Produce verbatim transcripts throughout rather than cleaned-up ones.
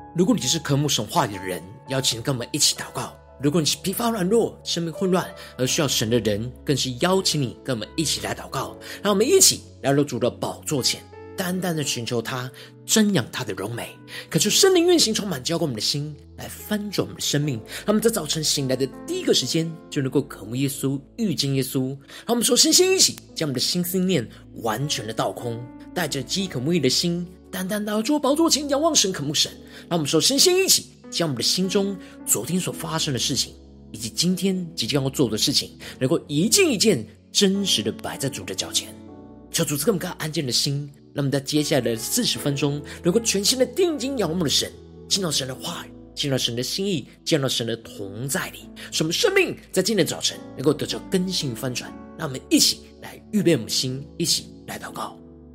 如果你是渴慕神话语的人，邀请跟我们一起祷告。如果你是疲乏软弱、生命混乱而需要神的人，更是邀请你跟我们一起来祷告。让我们一起来到主的宝座前，单单的寻求他，瞻仰他的荣美，恳求圣灵运行充满浇灌我们的心，来翻转我们的生命。让我们在早晨醒来的第一个时间就能够渴慕耶稣，遇见耶稣。让我们说身心一起将我们的心思念完全的倒空，带着饥渴慕义的心，单单来到主宝座前仰望神，渴慕神。让我们说身心一起将我们的心中昨天所发生的事情，以及今天即将要做的事情，能够一件一件真实的摆在主的脚前。求主赐给我们更安静的心，让我们在接下来的四十分钟能够全心的定睛仰望我们的神，进到神的话语，进到神的心意，进到神的同在里，使我们生命在今天的早晨能够得到更新翻转。让我们一起来预备我们的心，一起来祷告。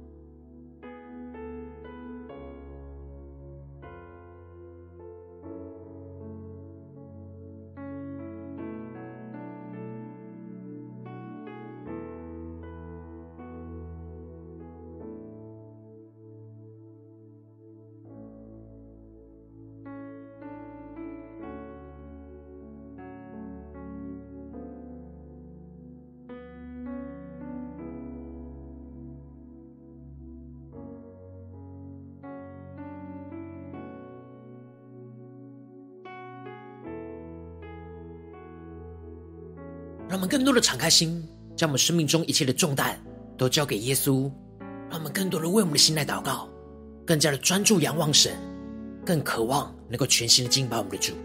让我们更多的敞开心，将我们生命中一切的重担都交给耶稣。让我们更多的为我们的心来祷告，更加的专注仰望神，更渴望能够全心的敬拜我们的主。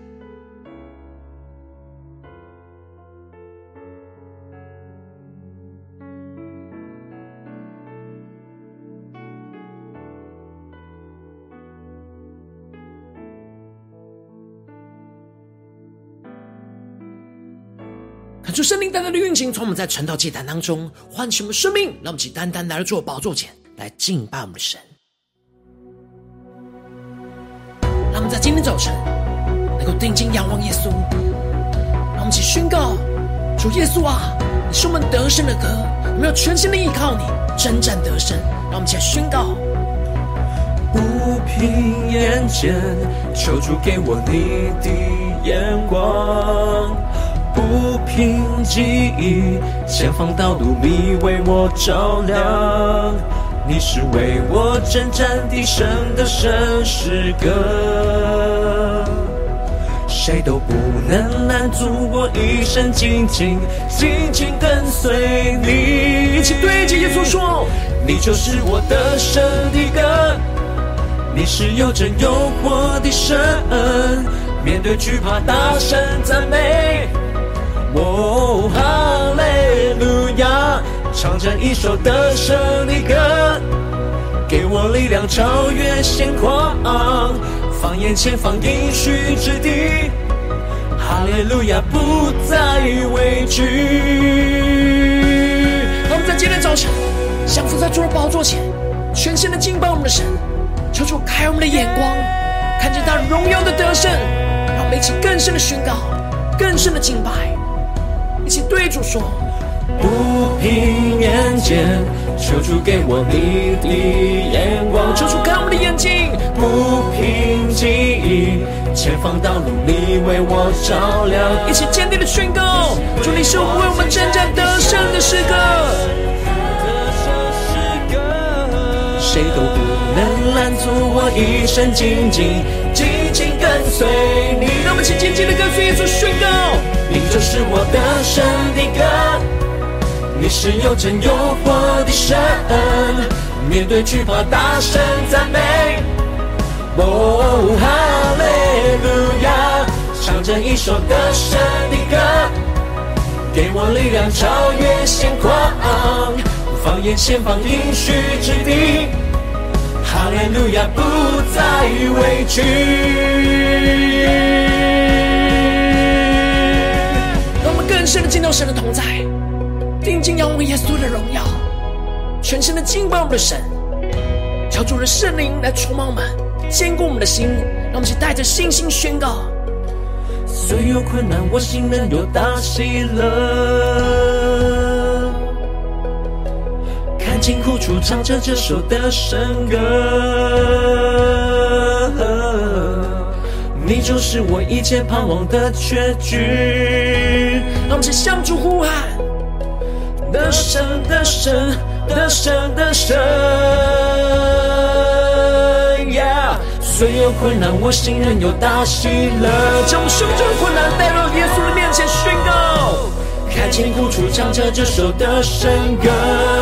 恳求圣灵单单的运行，从我们在晨祷祭坛当中唤醒我们生命，让我们起单单来到主宝座前来敬拜我们的神。让我们在今天早晨能够定睛仰望耶稣，让我们起宣告：主耶稣啊，你是我们得胜的歌，我们要全心的依靠你，征战得胜。让我们起来宣告： 不凭眼见，求主给我你的眼光。不凭记忆，前方道路你为我照亮。你是为我征战的胜的神诗歌，谁都不能拦阻我一生紧紧紧紧跟随你。 一起对着耶稣说： 你就是我的神的歌，你是有真有活的神，面对惧怕大声赞美。哦，哈利路亚，唱着一首得胜的歌，给我力量超越现况，放眼前方应许之地，哈利路亚不再畏惧。 让我们在今天早晨降服在主的宝座前，全心的敬拜我们的神，求主开我们的眼光，看见他荣耀的得胜。让我们一起更深的宣告，更深的敬拜，一起对主说： 不凭眼见，求主给我你的眼光。 求主开我们的眼睛。 不凭记忆，前方道路你为我照亮。 一起坚定的宣告：主，你是我们为我们征战得胜的诗歌， 谁都不能拦阻我一生紧紧紧紧跟随你。 让我们一起紧紧的跟随耶稣宣告： 你就是我的神的歌，你是有真有活的神，面对惧怕大声赞美。哦，哈利路亚，唱着一首得胜的歌，给我力量超越现况，放眼前方应许之地，哈利路亚不再畏惧。 让我们更深的进到神的同在，定睛仰望耶稣的荣耀，全身的敬拜我们的神，求主的圣灵来充满我们，坚固我们的心。让我们一起带着信心宣告： 虽有困难，我心能有大喜乐。看尽苦楚，唱着这首的圣歌。 你就是我一切盼望的确据。 让我们一起向主呼喊， 得胜的神，得胜的神呀！虽有困难，我心仍有大喜乐。 将我们胸中的困难带到耶稣的面前宣告， 看清苦楚，唱着这首的圣歌，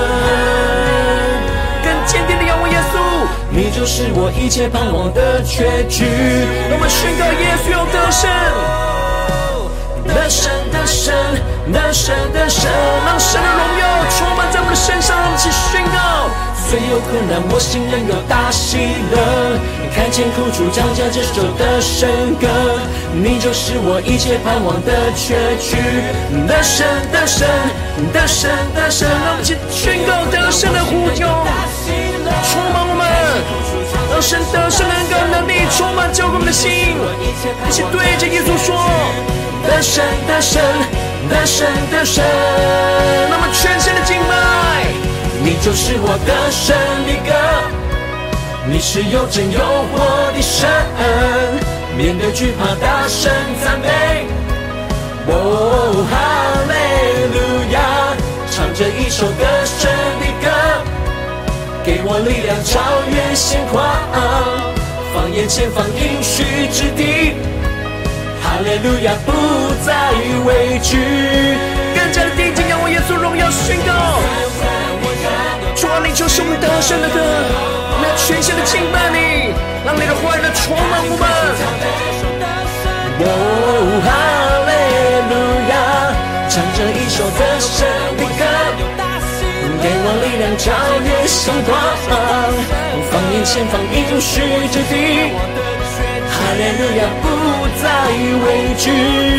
更坚定的仰望耶稣， 你就是我一切盼望的确据。 让我们宣告耶稣有得胜， 得胜的神，得胜的神， 让神的荣耀充满在我们的身上。让我们一起宣告， 虽有困难，我心仍有大喜乐。看见苦楚，唱着这首的圣歌，你就是我一切盼望的确据。得胜的神，得胜的神， 让我们一起宣告得胜的呼求，充满我们，让神得胜的恩膏能力充满浇灌我们的心。一起对着耶稣说， 得胜的神，得胜的神， 那么全身的敬拜， 你就是我的神的歌，你是有真有活的神，面对惧怕大声赞美。哦，哈利路亚，唱着一首得胜的歌，给我力量超越现况，放眼前方应许之地。哈利路亚，不再畏惧， 更加的定睛仰望耶稣荣耀宣告，主啊，你就是我们得胜的歌，我们要全心的敬拜你，让你的话语来充满我们。 哦，哈利路亚，唱着一首得胜的歌，给我力量超越现况，放眼前方应许之地。哈利路亚，不再畏惧。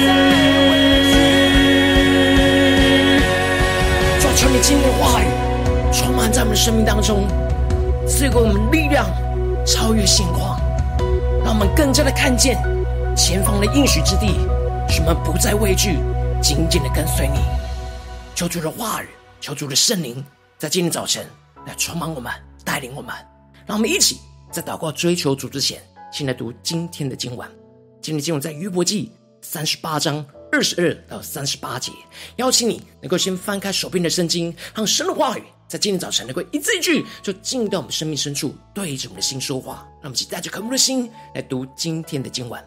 主啊，求你今天的话语充满在我们的生命当中，赐给我们力量，超越现况，让我们更加的看见前方的应许之地，使我们不再畏惧，紧紧的跟随你。求主的话语，求主的圣灵，在今天早晨来充满我们，带领我们，让我们一起在祷告追求主之前，先来读今天的经文。今天的经文在约伯记三十八章二十二到三十八节。邀请你能够先翻开手边的圣经，让神的话语在今天早晨能够一字一句就进到我们生命深处，对着我们的心说话。让我们一起带着渴慕的心来读今天的经文。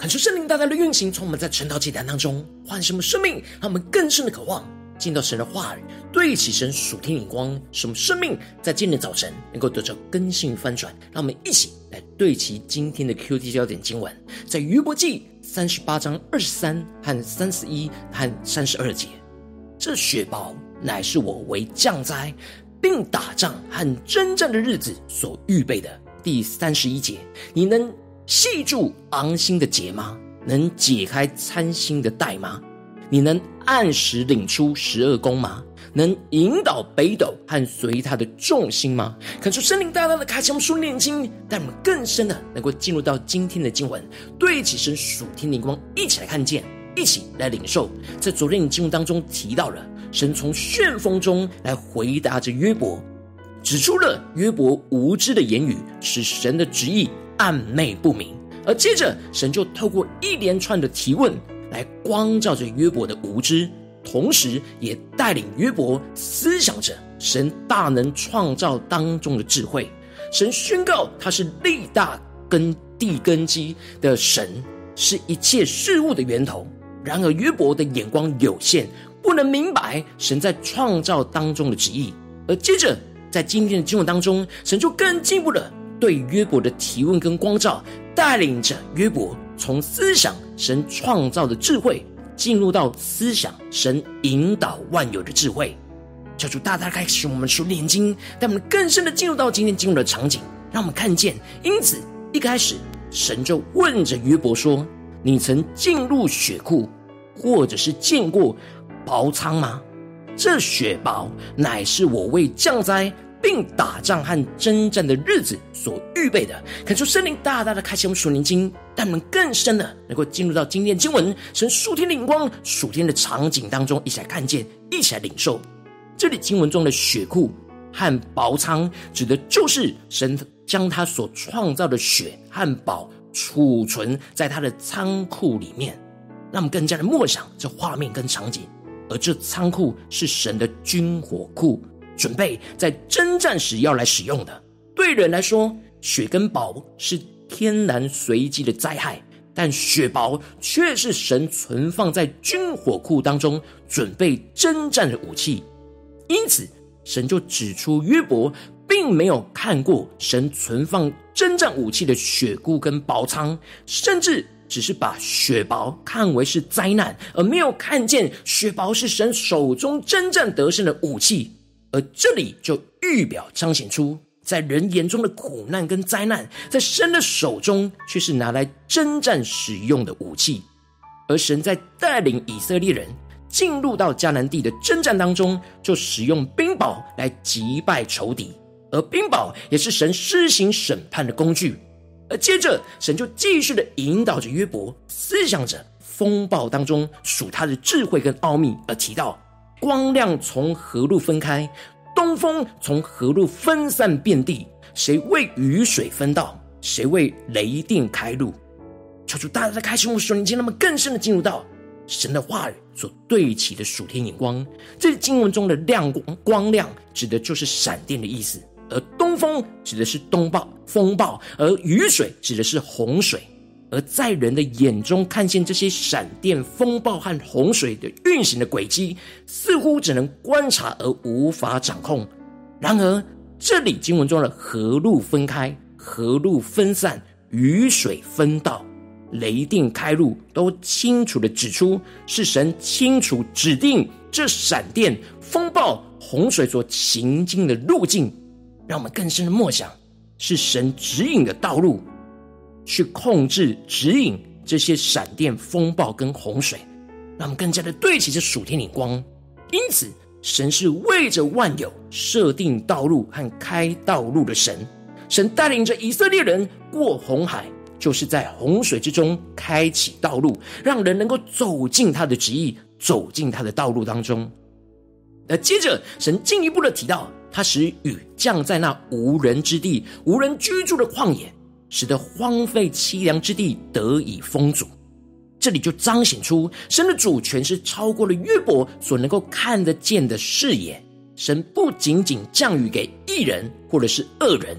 恳求圣灵大大的运行，从我们在晨祷祭坛当中唤醒我们生命，让我们更深的渴望进到神的话语，对齐神属天眼光，使我们生命在今天早晨能够得到更新翻转。让我们一起来对齐今天的 Q T 焦点经文，在约伯记三十八章二十三和三十一和三十二节。这雪雹乃是我为降灾，并打仗和征战的日子所预备的。第三十一节，你能系住昂星的结吗？能解开参星的带吗？你能按时领出十二宫吗？能引导北斗和随他的众星吗？恳求圣灵大大的开启我们属灵眼睛，带我们更深的能够进入到今天的经文，对齐神属天灵光，一起来看见，一起来领受。在昨天的经文当中提到了，神从旋风中来回答着约伯，指出了约伯无知的言语使神的旨意暗昧不明，而接着神就透过一连串的提问来光照着约伯的无知，同时也带领约伯思想着神大能创造当中的智慧。神宣告他是力大根地根基的神，是一切事物的源头。然而约伯的眼光有限，不能明白神在创造当中的旨意。而接着在今天的经文当中，神就更进一步的对约伯的提问跟光照，带领着约伯从思想神创造的智慧，进入到思想神引导万有的智慧。求主大大开启我们属灵眼睛，带我们更深的进入到今天经文的场景，让我们看见。因此一开始神就问着约伯说，你曾进入雪库，或者是见过雹仓吗？这雪雹乃是我为降灾并打仗和征战的日子所预备的。恳求圣灵大大的开启我们属灵经，让我们更深的能够进入到今天的经文，神属天的眼光，属天的场景当中，一起来看见，一起来领受。这里经文中的雪库和雹仓，指的就是神将他所创造的雪和雹储存在他的仓库里面，让我们更加的默想这画面跟场景。而这仓库是神的军火库，准备在征战时要来使用的。对人来说，雪跟雹是天然随机的灾害，但雪雹却是神存放在军火库当中准备征战的武器。因此神就指出约伯并没有看过神存放征战武器的雪库跟雹仓，甚至只是把雪雹看为是灾难，而没有看见雪雹是神手中征战得胜的武器。而这里就预表彰显出，在人眼中的苦难跟灾难，在神的手中却是拿来征战使用的武器。而神在带领以色列人进入到迦南地的征战当中，就使用冰雹来击败仇敌，而冰雹也是神施行审判的工具。而接着神就继续的引导着约伯思想着风暴当中属他的智慧跟奥秘，而提到光亮从何路分开，东风从何路分散遍地，谁为雨水分道，谁为雷电开路。求主大大的开启我们属灵经，那么更深的进入到神的话语所对齐的属天眼光。这经文中的亮光光亮指的就是闪电的意思，而东风指的是东暴风暴，而雨水指的是洪水。而在人的眼中看见这些闪电风暴和洪水的运行的轨迹，似乎只能观察而无法掌控。然而这里经文中的河路分开、河路分散、雨水分道、雷电开路，都清楚的指出是神清楚指定这闪电风暴洪水所行经的路径，让我们更深的默想，是神指引的道路，去控制指引这些闪电风暴跟洪水，让我们更加的对齐这属天眼光。因此神是为着万有设定道路和开道路的神，神带领着以色列人过红海，就是在洪水之中开启道路，让人能够走进他的旨意，走进他的道路当中。而接着神进一步的提到，他使雨降在那无人之地、无人居住的旷野，使得荒废凄凉之地得以丰足。这里就彰显出神的主权是超过了约伯所能够看得见的视野。神不仅仅降雨给义人或者是恶人，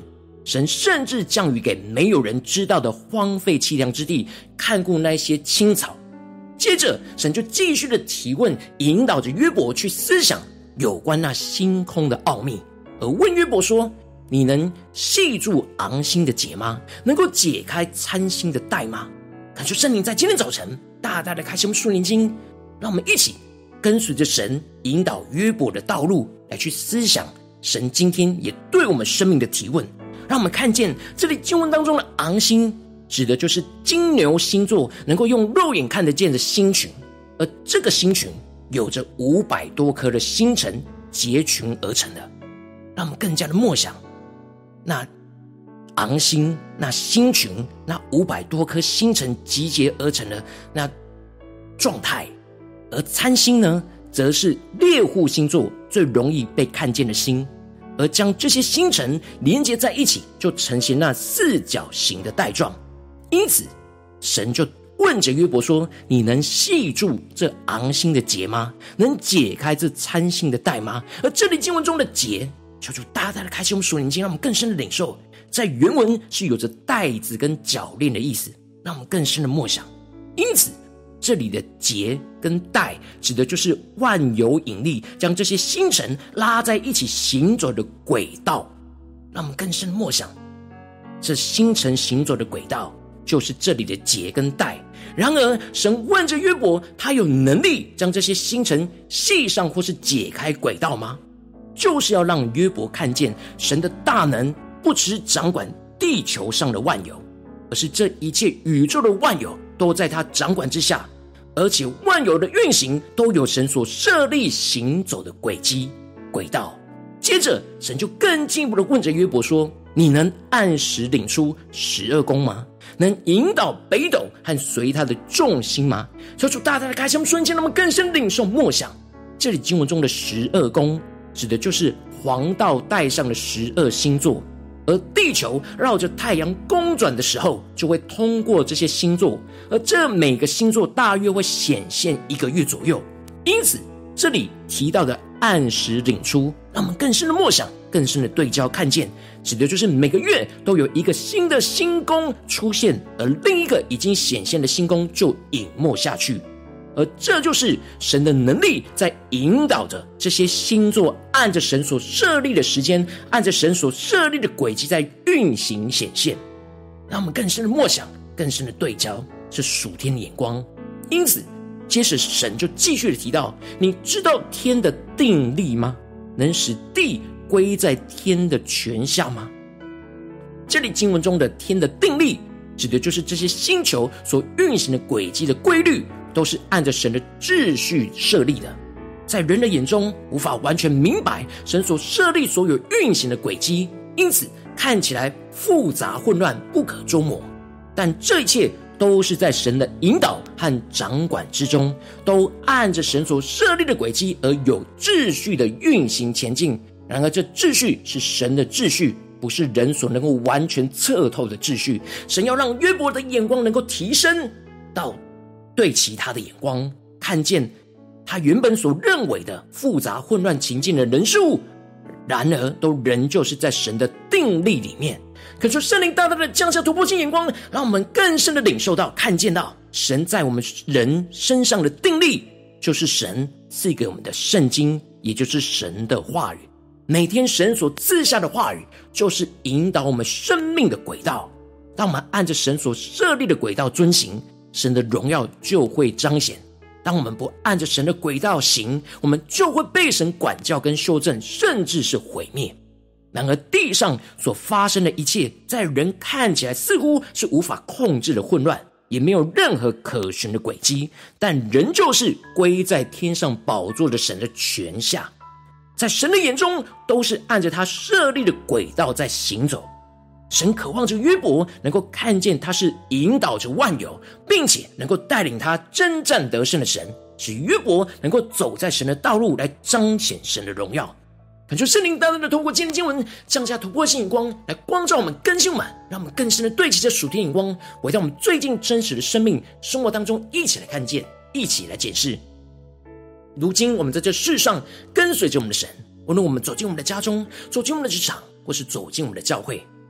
神甚至降雨给没有人知道的荒废凄凉之地，看顾那些青草。接着神就继续的提问，引导着约伯去思想有关那星空的奥秘，而问约伯说，你能系住昂星的结吗？能够解开参星的带吗？恳求圣灵在今天早晨大大的开启我们属灵经，让我们一起跟随着神引导约伯的道路，来去思想神今天也对我们生命的提问。让我们看见这里经文当中的昂星，指的就是金牛星座能够用肉眼看得见的星群，而这个星群有着五百多颗的星辰结群而成的。让我们更加的默想那昂星，那星群，那五百多颗星辰集结而成的那状态。而参星呢，则是猎户星座最容易被看见的星，而将这些星辰连接在一起，就呈现那四角形的带状。因此神就问着约伯说，你能系住这昂星的结吗？能解开这参星的带吗？而这里经文中的结，求主大大的开启我们属灵经，让我们更深的领受，在原文是有着带子跟铰链的意思，让我们更深的默想。因此这里的结跟带指的就是万有引力将这些星辰拉在一起行走的轨道。让我们更深的默想，这星辰行走的轨道就是这里的结跟带。然而神问着约伯，他有能力将这些星辰系上或是解开轨道吗？就是要让约伯看见神的大能不只掌管地球上的万有，而是这一切宇宙的万有都在他掌管之下，而且万有的运行都有神所设立行走的轨迹轨道。接着神就更进一步的问着约伯说，你能按时领出十二宫吗？能引导北斗和随他的众星吗？求主大大的开启我们瞬间，让我们更深领受默想。这里经文中的十二宫指的就是黄道带上的十二星座，而地球绕着太阳公转的时候，就会通过这些星座，而这每个星座大约会显现一个月左右。因此这里提到的按时领出，让我们更深的默想，更深的对焦看见，指的就是每个月都有一个新的星宫出现，而另一个已经显现的星宫就隐没下去。而这就是神的能力在引导着这些星座，按着神所设立的时间，按着神所设立的轨迹在运行显现。让我们更深的默想，更深的对焦，是属天的眼光。因此接着神就继续的提到，你知道天的定力吗？能使地归在天的权下吗？这里经文中的天的定力，指的就是这些星球所运行的轨迹的规律，都是按着神的秩序设立的。在人的眼中无法完全明白神所设立所有运行的轨迹，因此看起来复杂混乱，不可捉摸。但这一切都是在神的引导和掌管之中，都按着神所设立的轨迹而有秩序的运行前进。然而这秩序是神的秩序，不是人所能够完全测透的秩序。神要让约伯的眼光能够提升到对其他的眼光，看见他原本所认为的复杂混乱情境的人事物，然而都仍旧是在神的定力里面。可是圣灵大大的降下突破性眼光，让我们更深的领受到看见到神在我们人身上的定力，就是神赐给我们的圣经，也就是神的话语。每天神所赐下的话语，就是引导我们生命的轨道。当我们按着神所设立的轨道遵行，神的荣耀就会彰显。当我们不按着神的轨道行，我们就会被神管教跟修正，甚至是毁灭。然而地上所发生的一切，在人看起来似乎是无法控制的混乱，也没有任何可循的轨迹，但仍旧是归在天上宝座的神的权下。在神的眼中，都是按着他设立的轨道在行走。神渴望着约伯能够看见他是引导着万有，并且能够带领他征战得胜的神，使约伯能够走在神的道路，来彰显神的荣耀。恳求圣灵大大的透过今天的经文降下突破性眼光，来光照我们，更新我们，让我们更深的对齐这属天眼光，回到我们最近真实的生命生活当中，一起来看见，一起来检视。如今我们在这世上跟随着我们的神，无论我们走进我们的家中，走进我们的职场，或是走进我们的教会，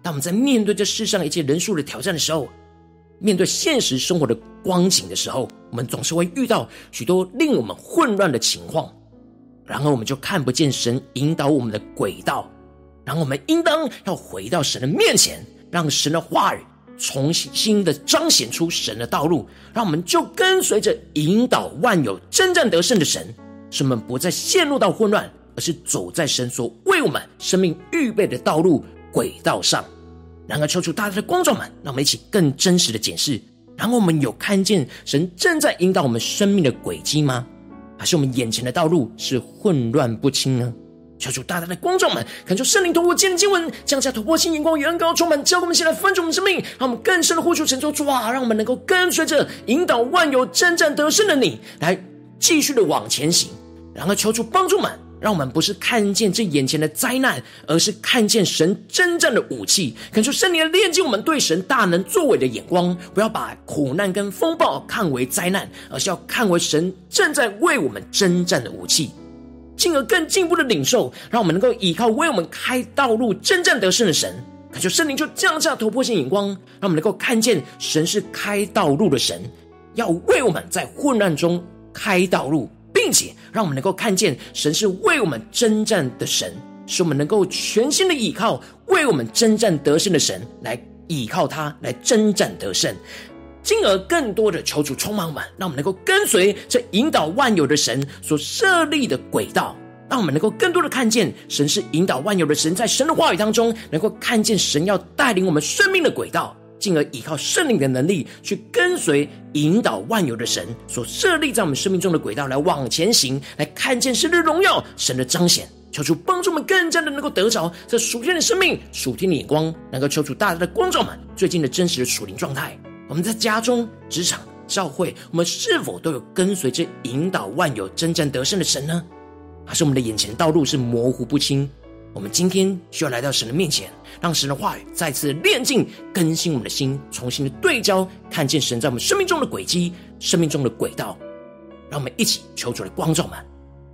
当我们在面对这世上一切人数的挑战的时候，面对现实生活的光景的时候，我们总是会遇到许多令我们混乱的情况，然而我们就看不见神引导我们的轨道，然后我们应当要回到神的面前，让神的话语重新的彰显出神的道路，让我们就跟随着引导万有征战得胜的神，使我们不再陷入到混乱，而是走在神所为我们生命预备的道路轨道上。然而求主大家的光照们，让我们一起更真实的检视，然后我们有看见神正在引导我们生命的轨迹吗？还是我们眼前的道路是混乱不清呢？求主大大的光照们，恳求圣灵透过今天的经文降下突破性眼光与恩膏充满，教我们现在分盛我们生命，让我们更深的呼求神作主啊，让我们能够跟随着引导万有征战得胜的你来继续的往前行。然而求主帮助们，让我们不是看见这眼前的灾难，而是看见神征战的武器。恳求圣灵的炼净我们对神大能作为的眼光，不要把苦难跟风暴看为灾难，而是要看为神正在为我们征战的武器，进而更进一步的领受，让我们能够依靠为我们开道路征战得胜的神。恳求圣灵就降下突破性眼光，让我们能够看见神是开道路的神，要为我们在混乱中开道路，并且让我们能够看见神是为我们征战的神，使我们能够全心的依靠为我们征战得胜的神，来依靠他来征战得胜，进而更多的求主充满我们，让我们能够跟随这引导万有的神所设立的轨道，让我们能够更多的看见神是引导万有的神，在神的话语当中能够看见神要带领我们生命的轨道，进而依靠圣灵的能力去跟随引导万有的神所设立在我们生命中的轨道来往前行，来看见神的荣耀，神的彰显。求主帮助我们更加的能够得着这属天的生命，属天的眼光，能够求主大大的光照们最近的真实的属灵状态。我们在家中、职场、教会，我们是否都有跟随着引导万有征战得胜的神呢？还是我们的眼前道路是模糊不清？我们今天需要来到神的面前，让神的话语再次炼净更新我们的心，重新的对焦，看见神在我们生命中的轨迹，生命中的轨道。让我们一起求主的光照们。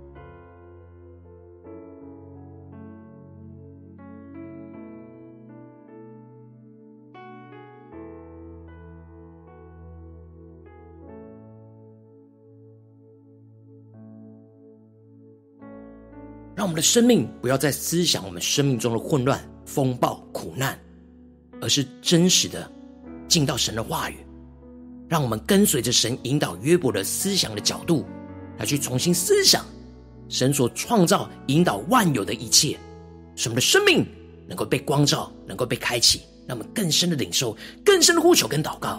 让我们的生命不要再思想我们生命中的混乱、风暴、苦难，而是真实的进到神的话语，让我们跟随着神引导约伯的思想的角度，来去重新思想神所创造引导万有的一切，使我们的生命能够被光照，能够被开启，让我们更深的领受，更深的呼求跟祷告。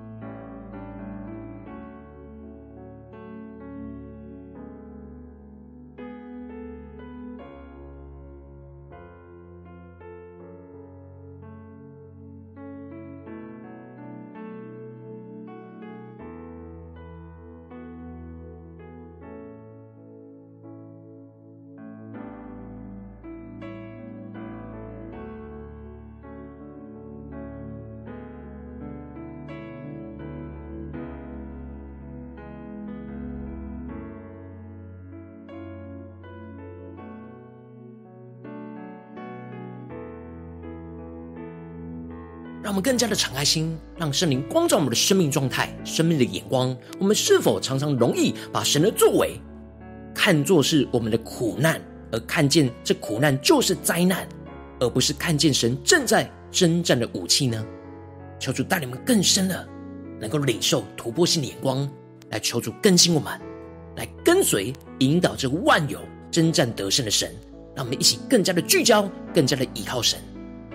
让我们更加的敞开心，让圣灵光照我们的生命状态、生命的眼光。我们是否常常容易把神的作为看作是我们的苦难，而看见这苦难就是灾难，而不是看见神正在征战的武器呢？求主带领我们更深的能够领受突破性的眼光，来求主更新我们，来跟随引导这万有征战得胜的神。让我们一起更加的聚焦，更加的依靠神。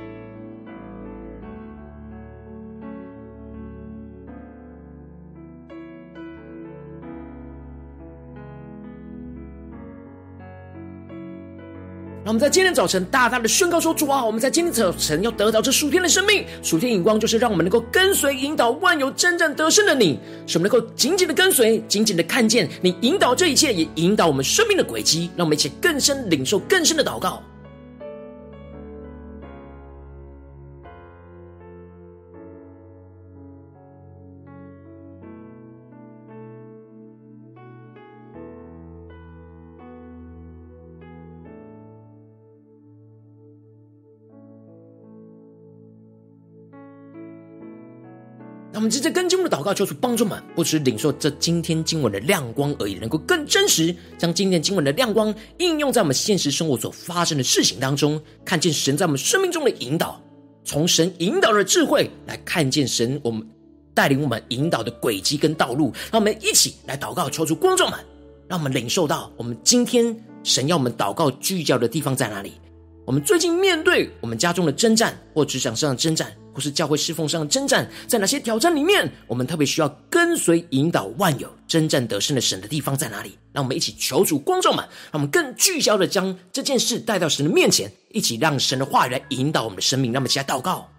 让我们在今天早晨大大的宣告说，主啊，我们在今天早晨要得到这属天的生命，属天眼光就是让我们能够跟随引导万有征战得胜的你，使我们能够紧紧的跟随，紧紧的看见你引导这一切，也引导我们生命的轨迹。让我们一起更深领受更深的祷告。 我们接着跟进我们的祷告，求主帮助我们，不只领受这今天经文的亮光而已，能够更真实将今天经文的亮光应用在我们现实生活所发生的事情当中，看见神在我们生命中的引导，从神引导的智慧来看见神我们带领我们引导的轨迹跟道路。让我们一起来祷告，求主光照们，让我们领受到我们今天神要我们祷告聚焦的地方在哪里。我们最近面对我们家中的征战，或职场上的征战，或是教会侍奉上的征战，在哪些挑战里面，我们特别需要跟随引导万有征战得胜的神的地方在哪里？让我们一起求主光照们，让我们更聚焦的将这件事带到神的面前，一起让神的话语来引导我们的生命。让我们一起来祷告。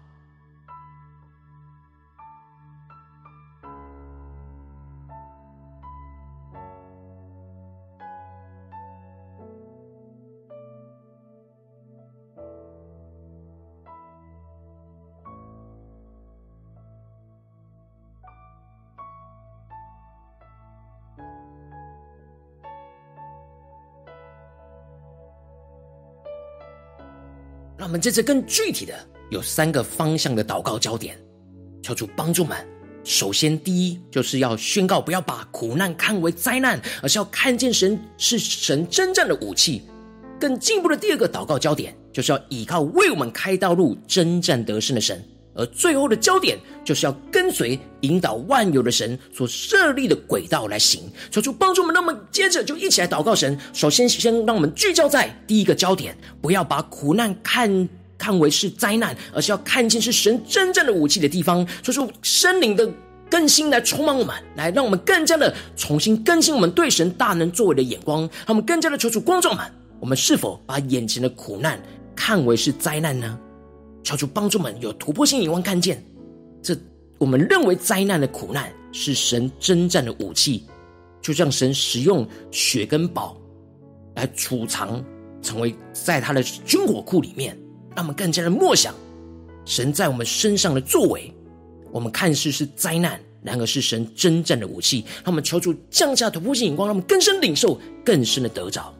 让我们这次更具体的有三个方向的祷告焦点，求主帮助们。首先第一，就是要宣告不要把苦难看为灾难，而是要看见神是神征战的武器。更进一步的第二个祷告焦点，就是要依靠为我们开道路征战得胜的神。而最后的焦点，就是要跟随引导万有的神所设立的轨道来行。求主帮助我们，让我们接着就一起来祷告神。首先先让我们聚焦在第一个焦点，不要把苦难看看为是灾难，而是要看见是神真正的武器的地方。求主圣灵的更新来充满我们，来让我们更加的重新更新我们对神大能作为的眼光，让我们更加的求主光照们，我们是否把眼前的苦难看为是灾难呢？求主帮助们有突破性眼光，看见这我们认为灾难的苦难是神征战的武器，就像神使用血跟宝来储藏，成为在他的军火库里面，让我们更加的默想神在我们身上的作为。我们看似是灾难，然而是神征战的武器。让我们求主降下突破性眼光，让我们更深领受，更深的得着。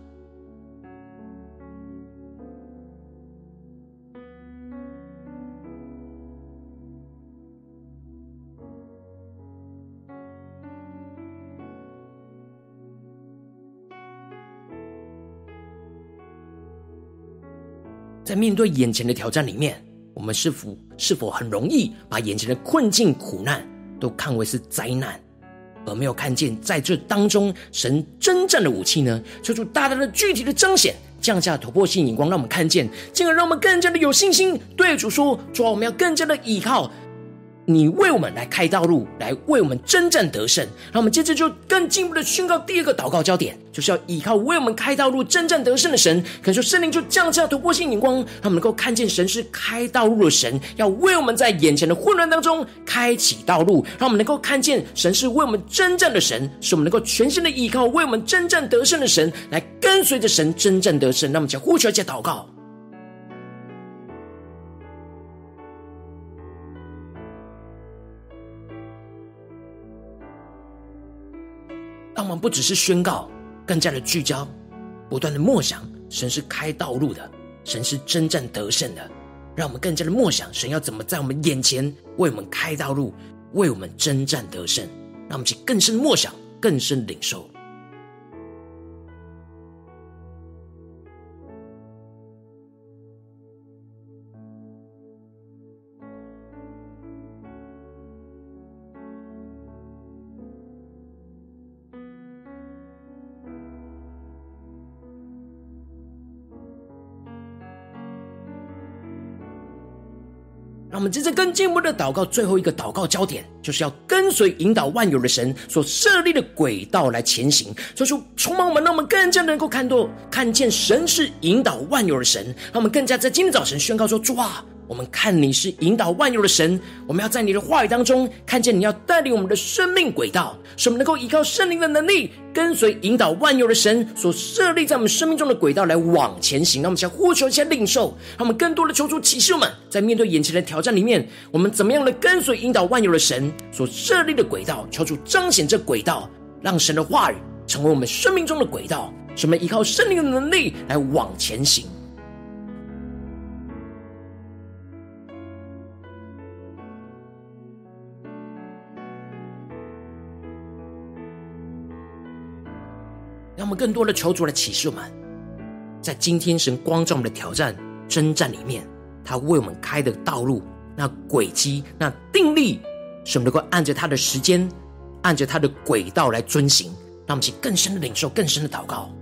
在面对眼前的挑战里面，我们是否是否很容易把眼前的困境苦难都看为是灾难，而没有看见在这当中神征战的武器呢？求主大大的具体的彰显，降下突破性眼光，让我们看见，进而让我们更加的有信心对主说，主啊，我们要更加的依靠你为我们来开道路，来为我们征战得胜。让我们接着就更进一步的宣告第二个祷告焦点，就是要依靠为我们开道路征战得胜的神。可能说圣灵就降下突破性眼光，让我们能够看见神是开道路的神，要为我们在眼前的混乱当中开启道路。让我们能够看见神是为我们征战的神，使我们能够全心的依靠为我们征战得胜的神，来跟随着神征战得胜。让我们将呼求加祷告。让我们不只是宣告，更加的聚焦，不断的默想神是开道路的，神是征战得胜的。让我们更加的默想神要怎么在我们眼前为我们开道路，为我们征战得胜。让我们去更深默想，更深领受。让我们接着更进一步的祷告，最后一个祷告焦点，就是要跟随引导万有的神所设立的轨道来前行。所以说充满我们，让我们更加能够看到看见神是引导万有的神。让我们更加在今天早晨宣告说，主啊，我们看你是引导万有的神，我们要在你的话语当中看见你要带领我们的生命轨道，使我们能够依靠圣灵的能力，跟随引导万有的神所设立在我们生命中的轨道来往前行。让我们想呼求一下领受，让我们更多的求主启示我们，在面对眼前的挑战里面，我们怎么样的跟随引导万有的神所设立的轨道，求主彰显这轨道，让神的话语成为我们生命中的轨道，使我们依靠圣灵的能力来往前行。 们更多的求主来启示我们，在今天神光照我们的挑战征战里面，他为我们开的道路，那轨迹，那定力，使我们能够按着他的时间，按着他的轨道来遵行。让我们去更深的领受，更深的祷告。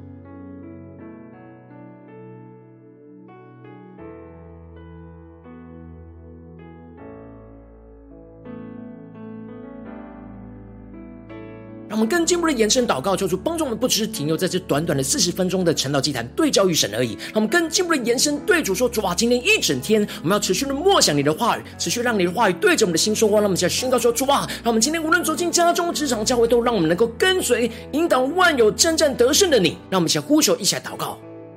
让我们更进一步的延伸祷告，求主帮助我们，不只是停留在这短短的四十分钟的晨祷祭坛对焦与神而已。让我们更进一步的延伸，对主说：主啊，今天一整天我们要持续的默想你的话语，持续让你的话语对着我们的心说话。让我们现在宣告说：主啊，让我们今天无论走进家中、职场、教会，都让我们能够跟随、引导万有征战得胜的你。让我们一起来呼求，一起来祷告。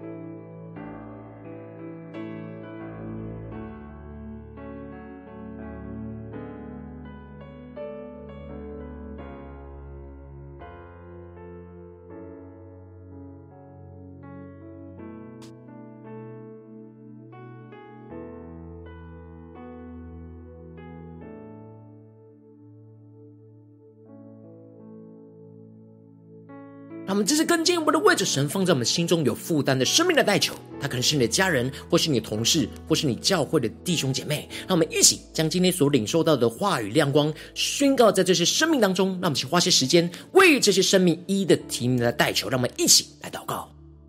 让我们这次更进一步的为着神放在我们心中有负担的生命的代求，他可能是你的家人，或是你的同事，或是你教会的弟兄姐妹。让我们一起将今天所领受到的话语亮光宣告在这些生命当中。让我们一起花些时间为这些生命一一的提名来代求。让我们一起来祷告。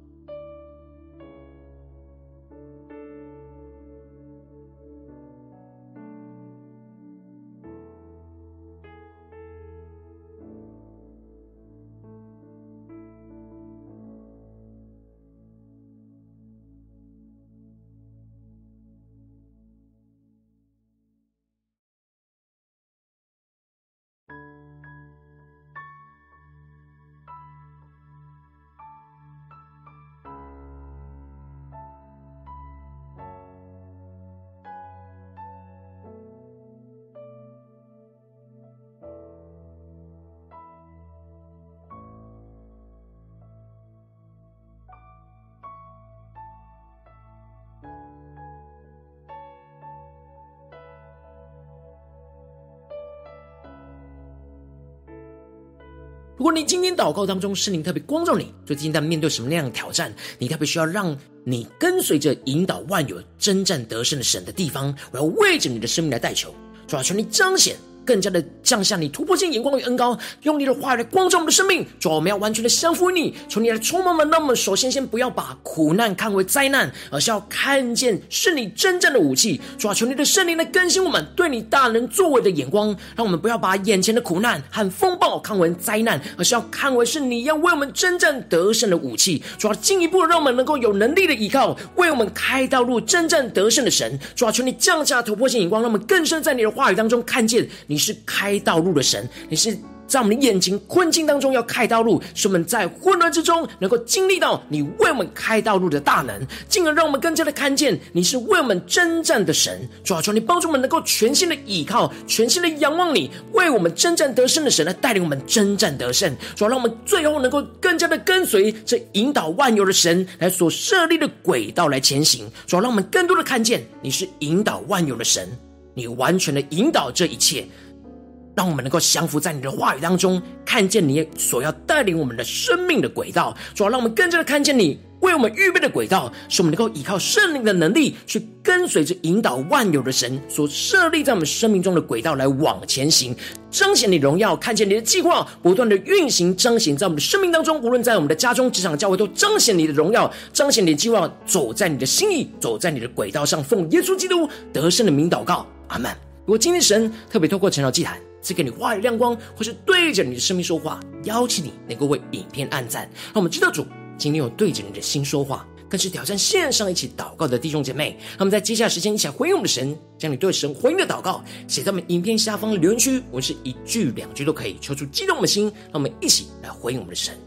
如果你今天祷告当中圣灵特别光照你，最近在面对什么样的挑战，你特别需要让你跟随着引导万有征战得胜的神的地方，我要为着你的生命来代求。主啊，求你彰显更加的降下你突破性眼光与恩膏，用你的话语来光照我们的生命。主啊，我们要完全的降服于你，求你来充满我们。那我们首先先不要把苦难看为灾难，而是要看见是你征战的武器。主啊，求你的圣灵来更新我们对你大能作为的眼光，让我们不要把眼前的苦难和风暴看为灾难，而是要看为是你要为我们征战得胜的武器。主啊，进一步让我们能够有能力的依靠，为我们开道路征战得胜的神。主啊，求你降下突破性眼光，让我们更深在你的话语当中看见你是开道路的神，你是在我们的眼睛困境当中要开道路，使我们在混乱之中能够经历到你为我们开道路的大能，进而让我们更加的看见你是为我们征战的神。主啊，求你帮助我们能够全心的倚靠，全心的仰望你，为我们征战得胜的神来带领我们征战得胜。主啊，让我们最后能够更加的跟随这引导万有的神来所设立的轨道来前行。主啊，让我们更多的看见你是引导万有的神，你完全的引导这一切，让我们能够降服在你的话语当中，看见你所要带领我们的生命的轨道。主要让我们更加的看见你为我们预备的轨道，使我们能够依靠圣灵的能力去跟随着引导万有的神所设立在我们生命中的轨道来往前行，彰显你荣耀，看见你的计划不断的运行彰显在我们的生命当中，无论在我们的家中职场教会，都彰显你的荣耀，彰显你的计划，走在你的心意，走在你的轨道上。奉耶稣基督得胜的名祷告，阿们。如果今天神特别透过晨祷祭坛赐给你话语亮光，或是对着你的生命说话，邀请你能够为影片按赞，让我们知道主今天有对着你的心说话，更是挑战线上一起祷告的弟兄姐妹。让我们在接下来时间一起来回应我们的神，将你对神回应的祷告写在我们影片下方的留言区，我们是一句两句都可以，求出激动我们的心，让我们一起来回应我们的神。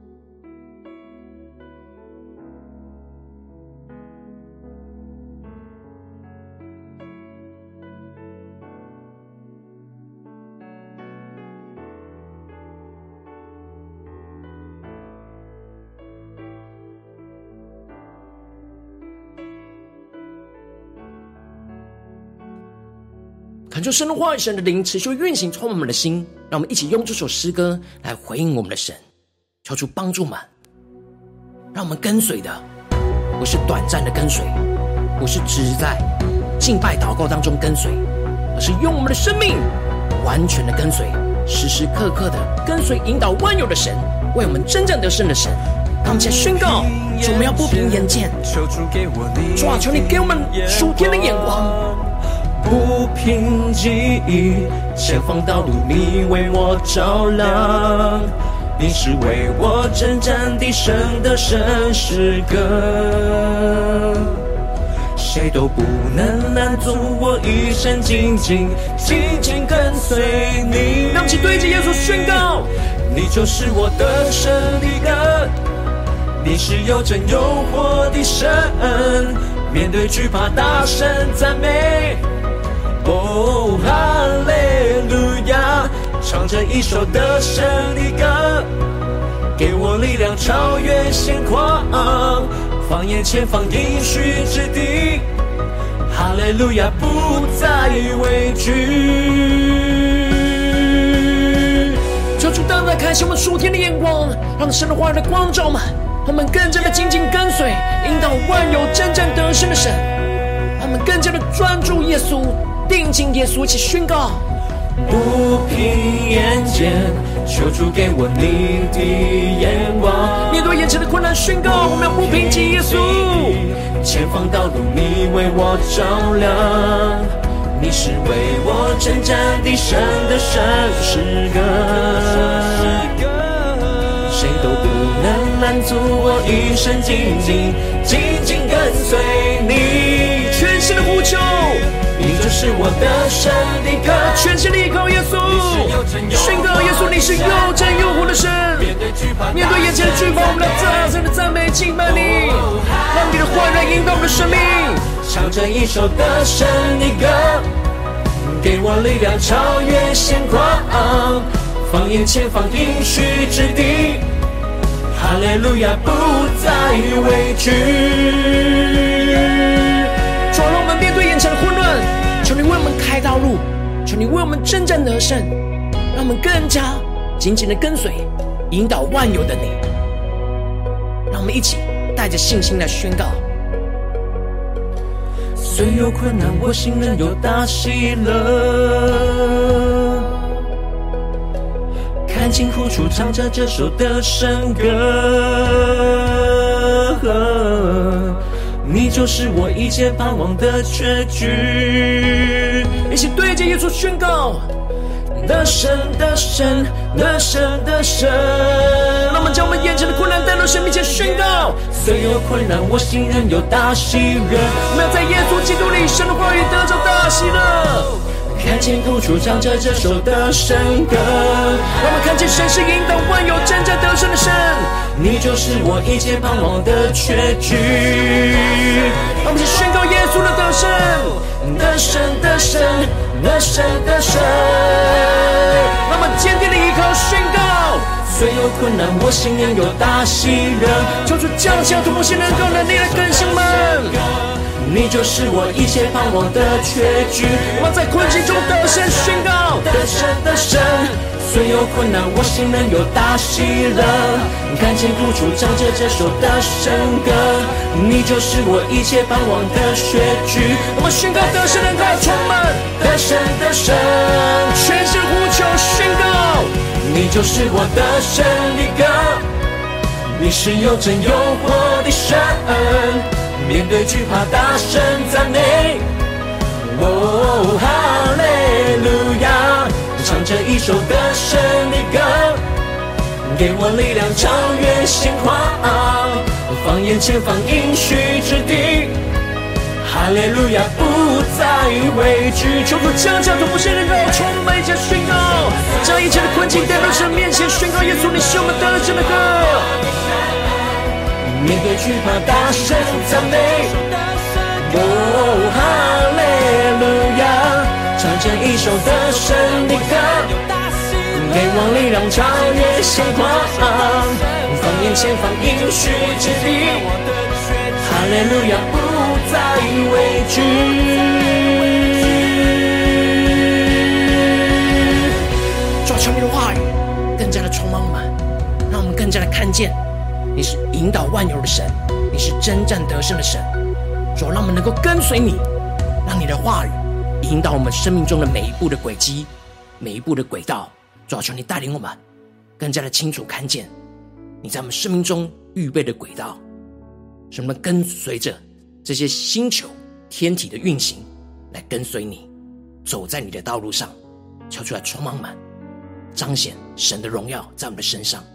恳求神的话语，神的灵持续运行充满我们的心，让我们一起用这首诗歌来回应我们的神，求主帮助我们让我们跟随的不是短暂的跟随，不是只在敬拜祷告当中跟随，而是用我们的生命完全的跟随，时时刻刻的跟随引导万有的神，为我们真正得胜的神。让我们一起宣告，主，我们要不凭眼见，主啊，求你给我们属天的眼光， 不凭记忆，前方道路你为我照亮，你是为我征战的神的神诗歌，谁都不能拦阻我一生紧紧紧紧跟随你。 让我们一起对着耶稣宣告， 你就是我的神的歌，你是又真又活的神，面对惧怕大声赞美，哦，哈利路亚，唱着一首得胜的歌，给我力量超越现况，放眼前方应许之地，哈利路亚，不再畏惧。 求主大大开启我们属天的眼光，让神的话语的光照们，他们更加的紧紧跟随，引导万有真正得胜的神，他们更加的专注耶稣，定睛耶稣，一起宣告， 不凭眼见，求主给我你的眼光， 面对眼前的困难宣告，我们要不凭记耶稣， 前方道路你为我照亮，你是为我征战的神的神诗歌，谁都不能拦阻我一生紧紧紧紧跟随你。 全心的呼求， 你就是我的神的歌， 全心的依靠耶稣，宣告耶稣，你是又真又活的神。面对眼前的惧怕，我们要大声的赞美敬拜你，让你的话来引导我们的生命， 唱着一首得胜的歌，给我力量超越现况，放眼前方应许之地，哈利路亚，不再畏惧。 主啊，让我们面对眼前的混乱，求你为我们开道路，求你为我们征战得胜，让我们更加紧紧的跟随引导万有的你。让我们一起带着信心来宣告， 虽有困难我心仍有大喜乐，看清苦楚唱着这首得胜歌，你就是我一切盼望的确据。 一起对着耶稣宣告， 得胜得胜得胜得胜。 让我们将我们眼前的困难带到神面前宣告， 虽有困难我心仍有大喜乐， 我们要在耶稣基督里神的话语得着大喜乐， 看见苦楚唱着这首得胜歌， 让我们看见神是引导万有真正得胜的神， 你就是我一切盼望的确据。 让我们去宣告耶稣的得胜， 得胜得胜得胜得胜。 让我们坚定的依靠宣告， 虽有困难我心仍有大喜乐， 求主降下突破性能够能力来更新们， 你就是我一切盼望的确据。 我们在困境中得胜宣告， 得胜得胜。虽有困难我心仍有大喜乐，看见苦楚唱着这首得胜歌，你就是我一切盼望的确据。 我们宣告得胜能够充满， 得胜得胜， 全心呼求宣告， 你就是我得胜的歌，你是又真又活的神，面对惧怕大声赞美，哦，哈利路亚，唱着一首得胜的歌，给我力量超越现况，放眼前方应许之地，哈利路亚，不再畏惧。 求主降下突破性能够充满一切宣告，将一切的困境带到神面前宣告，耶稣你是我们得胜的歌， 面对惧怕大声赞美，哦，哈利路亚，唱着一首得胜的歌，给我力量超越现况，放眼前方应许之地，哈利路亚，不再畏惧。 主啊，求你的话语更加的充满我们，让我们更加的看见你是引导万有的神，你是征战得胜的神。主啊，让我们能够跟随你，让你的话语引导我们生命中的每一步的轨迹，每一步的轨道。主啊，求你带领我们更加的清楚看见你在我们生命中预备的轨道，使我们跟随着这些星球天体的运行来跟随你，走在你的道路上。求出来充满满彰显神的荣耀在我们的身上。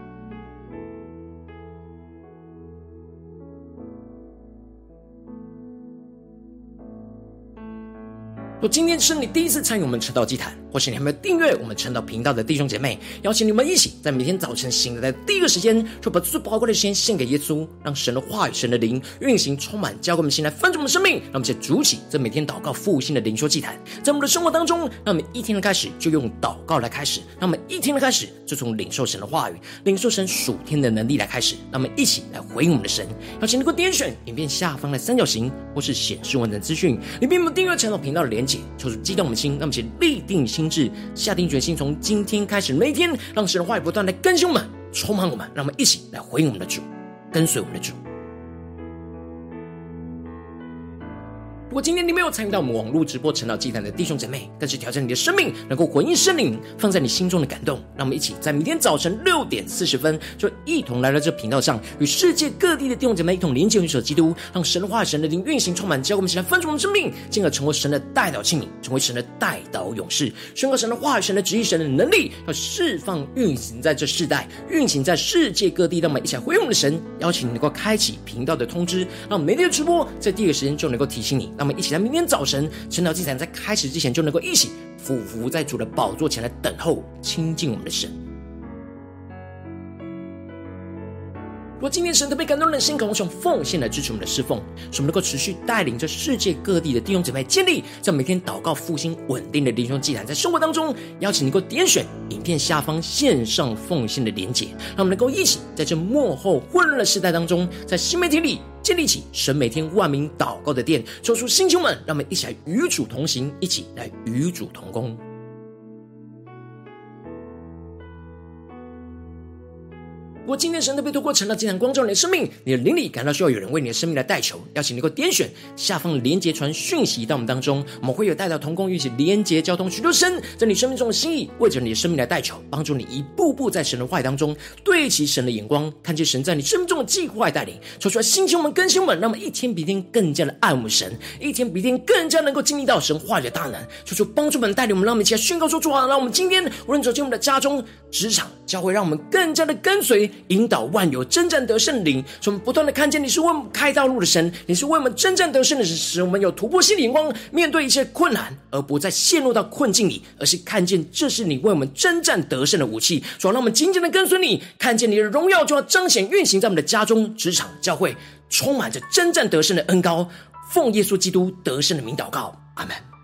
若今天是你第一次参与我们晨祷祭坛，或是你还没有订阅我们晨祷频道的弟兄姐妹，邀请你们一起在每天早晨醒来的第一个时间，就把最宝贵的时间献给耶稣，让神的话语、神的灵运行充满，交给我们心来分盛我们的生命。让我们一起主起这每天祷告复兴的灵修祭坛，在我们的生活当中，让我们一天的开始就用祷告来开始，让我们一天的开始就从领受神的话语、领受神属天的能力来开始。让我们一起来回应我们的神。邀请能够点选影片下方的三角形，或是显示完整资讯里面有没有订阅晨祷频道的连结，求主激动我们的心，让我们一起立定心志，下定决心，从今天开始每一天，让神的话语不断来更新我们，充满我们。让我们一起来回应我们的主，跟随我们的主。如果今天你没有参与到我们网络直播晨祷祭坛的弟兄姐妹，更是挑战你的生命能够回应圣灵放在你心中的感动。让我们一起在明天早晨六点四十分就一同来到这频道上，与世界各地的弟兄姐妹一同连接、联手基督，让神的话语、神的灵运行充满，教我们一起来分盛我们的生命，进而成为神的代祷器皿，成为神的代祷勇士，宣告神的话语、神的旨意、神的能力要释放运行在这世代，运行在世界各地。让我们一起来回应我们的神，邀请你能够开启频道的通知，让我们每天的直播在第一个时间就能够提醒你。让我们一起在明天早晨晨祷祭坛在开始之前，就能够一起俯伏在主的宝座前来等候亲近我们的神。如果今天神特别感动人心，渴望用奉献来支持我们的侍奉，使我们能够持续带领着世界各地的弟兄姐妹建立在每天祷告复兴稳定的灵修祭坛，在生活当中邀请你能够点选影片下方线上奉献的连结，让我们能够一起在这末后混乱的时代当中，在新媒体里建立起神每天万名祷告的殿，抽出星球们，让我们一起来与主同行，一起来与主同工。如果今天神特别透过晨祷祭坛光照你的生命，你的灵里感到需要有人为你的生命来代求，邀请你能够点选下方的连结传讯息到我们当中，我们会有代祷同工一起连结交通，许多神在你生命中的心意，为着你的生命来代求，帮助你一步步在神的话语当中对齐神的眼光，看见神在你生命中的计划带领，求出来星球们更新我们，让我们一天比一天更加的爱我们神，一天比一天更加能够经历到神话语的大能，求出帮助我们带领我们，让我们一起来宣告说：主啊，让我们今天无论走进我们的家中、职场、教会，让我们更加的跟随引导万有征战得胜的灵，使我们不断的看见你是为我们开道路的神，你是为我们征战得胜的神，使我们有突破性的眼光，面对一切困难而不再陷入到困境里，而是看见这是你为我们征战得胜的武器。主啊，让我们紧紧的跟随你，看见你的荣耀就要彰显运行在我们的家中、职场、教会，充满着征战得胜的恩膏。奉耶稣基督得胜的名祷告，阿们。